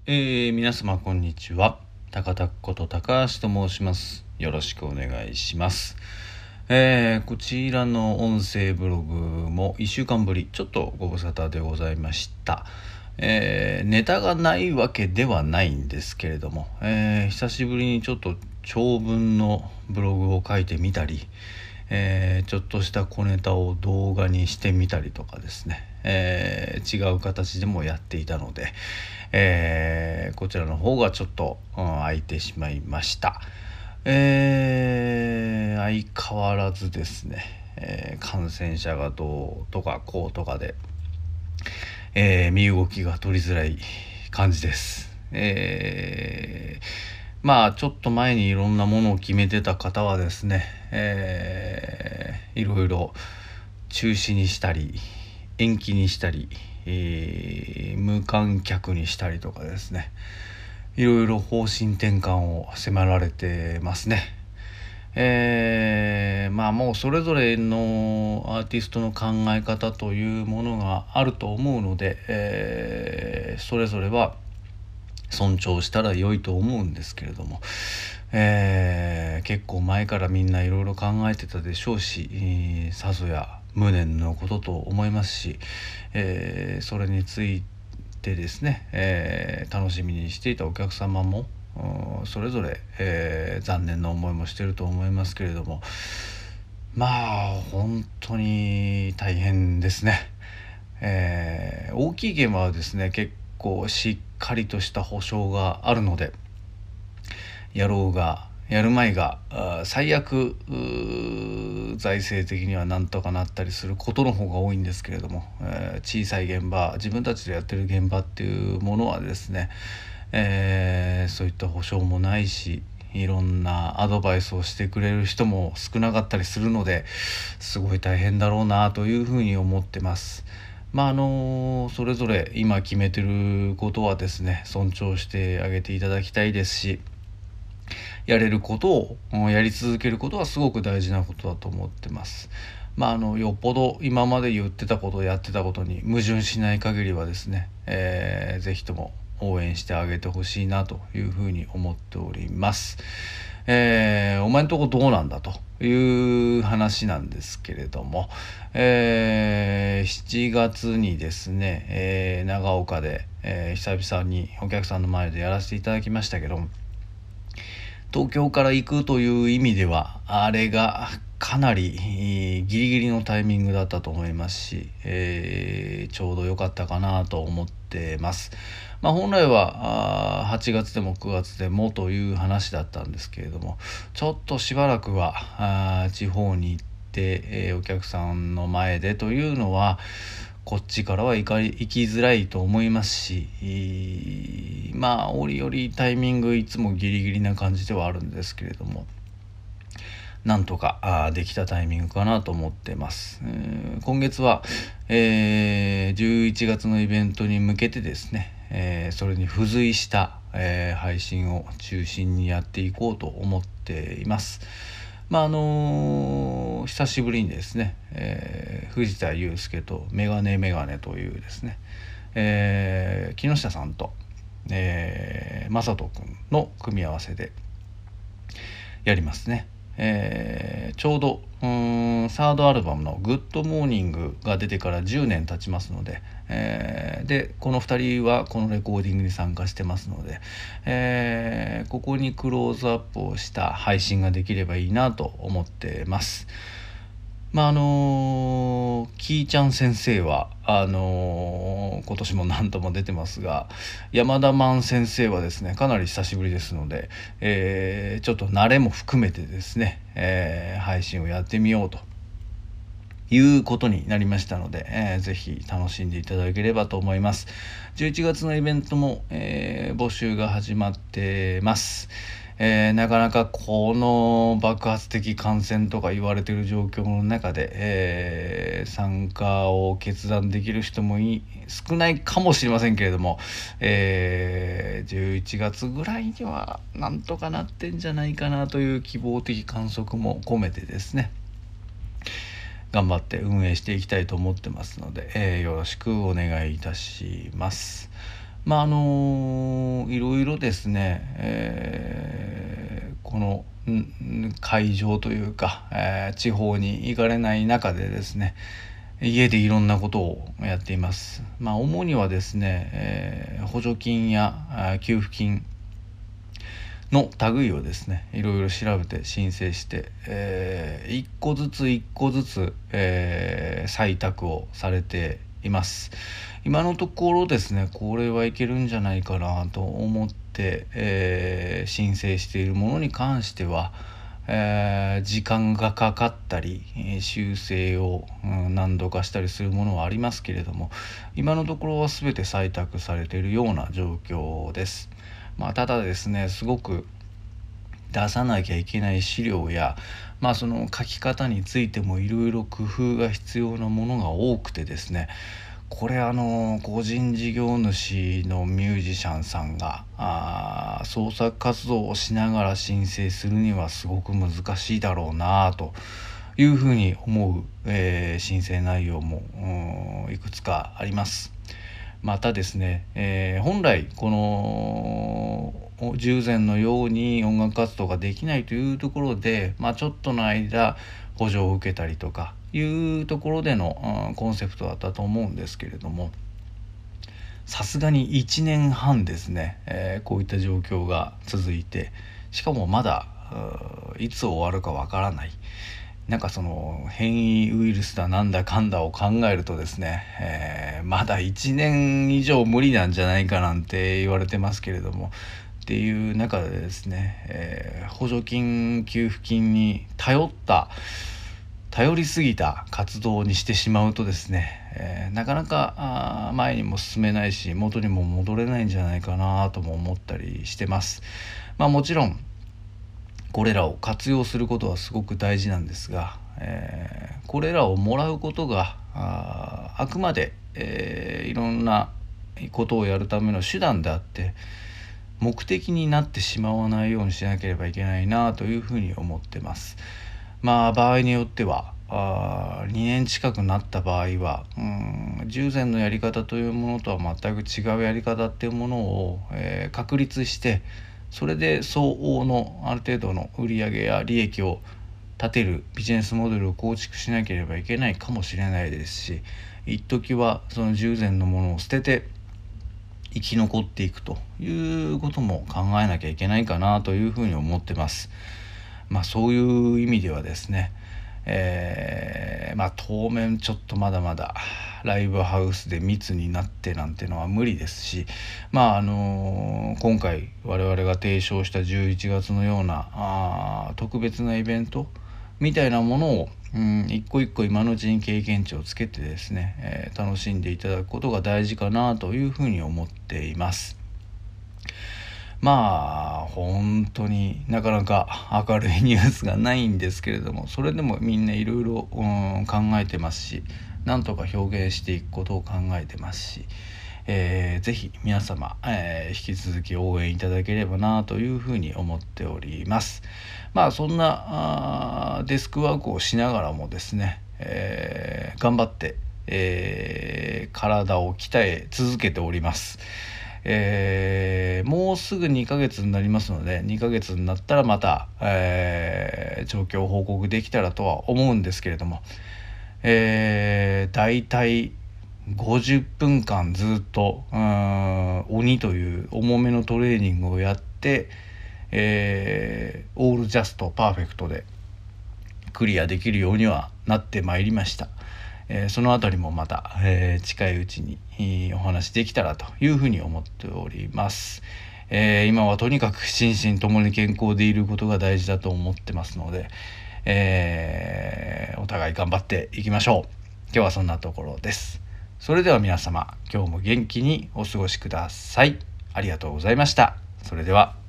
皆様こんにちは。高田こと高橋と申します。よろしくお願いします。こちらの音声ブログも1週間ぶりちょっとご無沙汰でございました。ネタがないわけではないんですけれども、久しぶりにちょっと長文のブログを書いてみたり、ちょっとした小ネタを動画にしてみたりとかですね、違う形でもやっていたので、こちらの方がちょっと、空いてしまいました。相変わらずですね、感染者がどうとかこうとかで、身動きが取りづらい感じです。ちょっと前にいろんなものを決めてた方はですね、いろいろ中止にしたり延期にしたり、無観客にしたりとかですね、いろいろ方針転換を迫られてますね。もうそれぞれのアーティストの考え方というものがあると思うので、それぞれは尊重したら良いと思うんですけれども、結構前からみんないろいろ考えてたでしょうし、さぞや無念のことと思いますし、それについてですね、楽しみにしていたお客様もそれぞれ、残念な思いもしていると思いますけれども、本当に大変ですね。大きいゲームはですね結構しっかりとした保証があるので、やろうがやるまいが最悪財政的にはなんとかなったりすることの方が多いんですけれども、小さい現場、自分たちでやってる現場っていうものはですね、そういった保証もないし、いろんなアドバイスをしてくれる人も少なかったりするので、すごい大変だろうなというふうに思ってます。それぞれ今決めてることはですね尊重してあげていただきたいですし、やれることをやり続けることはすごく大事なことだと思ってます。よっぽど今まで言ってたことやってたことに矛盾しない限りはですね、ぜひとも応援してあげてほしいなというふうに思っております。お前んとこどうなんだという話なんですけれども、7月にですね、長岡で、久々にお客さんの前でやらせていただきましたけど、東京から行くという意味ではあれがかなりギリギリのタイミングだったと思いますし、ちょうど良かったかなと思ってます。本来は8月でも9月でもという話だったんですけれども、ちょっとしばらくは地方に行って、お客さんの前でというのはこっちからは行きづらいと思いますし、折々タイミングいつもギリギリな感じではあるんですけれども、なんとかできたタイミングかなと思ってます。今月は、11月のイベントに向けてですね、それに付随した、配信を中心にやっていこうと思っています。久しぶりにですね、藤田祐介とメガネというですね、木下さんと、正人君の組み合わせでやりますね。ちょうどサードアルバムの「グッドモーニング」が出てから10年経ちますので、でこの2人はこのレコーディングに参加してますので、ここにクローズアップをした配信ができればいいなと思ってます。キーちゃん先生は今年も何度も出てますが、山田マン先生はですねかなり久しぶりですので、ちょっと慣れも含めてですね、配信をやってみようということになりましたので、ぜひ楽しんでいただければと思います。11月のイベントも、募集が始まってます。なかなかこの爆発的感染とか言われている状況の中で、参加を決断できる人も少ないかもしれませんけれども、11月ぐらいにはなんとかなってんじゃないかなという希望的観測も込めてですね、頑張って運営していきたいと思ってますので、よろしくお願いいたします。 いろいろですね、この会場というか、地方に行かれない中でですね、家でいろんなことをやっています。主にはですね、補助金や給付金の類をですね、いろいろ調べて申請して、一個ずつ、採択をされています。今のところですね、これはいけるんじゃないかなと思って、申請しているものに関しては、時間がかかったり修正を、何度かしたりするものはありますけれども、今のところは全て採択されているような状況です。ただですね、すごく出さなきゃいけない資料や、その書き方についてもいろいろ工夫が必要なものが多くてですね、これ個人事業主のミュージシャンさんが創作活動をしながら申請するにはすごく難しいだろうなというふうに思う、申請内容もいくつかあります。またですね、本来この従前のように音楽活動ができないというところで、ちょっとの間補助を受けたりとかいうところでの、コンセプトだったと思うんですけれども、さすがに1年半ですね、こういった状況が続いて、しかもまだいつ終わるかわからない、その変異ウイルスだなんだかんだを考えるとですね、まだ1年以上無理なんじゃないかなんて言われてますけれども、っていう中でですね、補助金給付金に頼りすぎた活動にしてしまうとですね、なかなか前にも進めないし元にも戻れないんじゃないかなとも思ったりしてます。もちろんこれらを活用することはすごく大事なんですが、これらをもらうことがあくまで、いろんなことをやるための手段であって目的になってしまわないようにしなければいけないなというふうに思ってます。場合によっては2年近くなった場合は従前のやり方というものとは全く違うやり方っていうものを、確立して、それで相応のある程度の売上や利益を立てるビジネスモデルを構築しなければいけないかもしれないですし、一時はその従前のものを捨てて生き残っていくということも考えなきゃいけないかなというふうに思ってます。そういう意味ではですね、当面ちょっとまだまだライブハウスで密になってなんてのは無理ですし、今回我々が提唱した11月のような特別なイベントみたいなものを、一個一個今のうちに経験値をつけてですね、楽しんでいただくことが大事かなというふうに思っています。本当になかなか明るいニュースがないんですけれども、それでもみんないろいろ考えてますし、なんとか表現していくことを考えてますし、ぜひ皆様、引き続き応援いただければなというふうに思っております。そんなデスクワークをしながらもですね、頑張って、体を鍛え続けております。もうすぐ2ヶ月になりますので、2ヶ月になったらまた、状況を報告できたらとは思うんですけれども、だいたい50分間ずっと鬼という重めのトレーニングをやって、オールジャストパーフェクトでクリアできるようにはなってまいりました。そのあたりもまた、近いうちにお話できたらというふうに思っております。今はとにかく心身ともに健康でいることが大事だと思ってますので、お互い頑張っていきましょう。今日はそんなところです。それでは皆様、今日も元気にお過ごしください。ありがとうございました。それでは。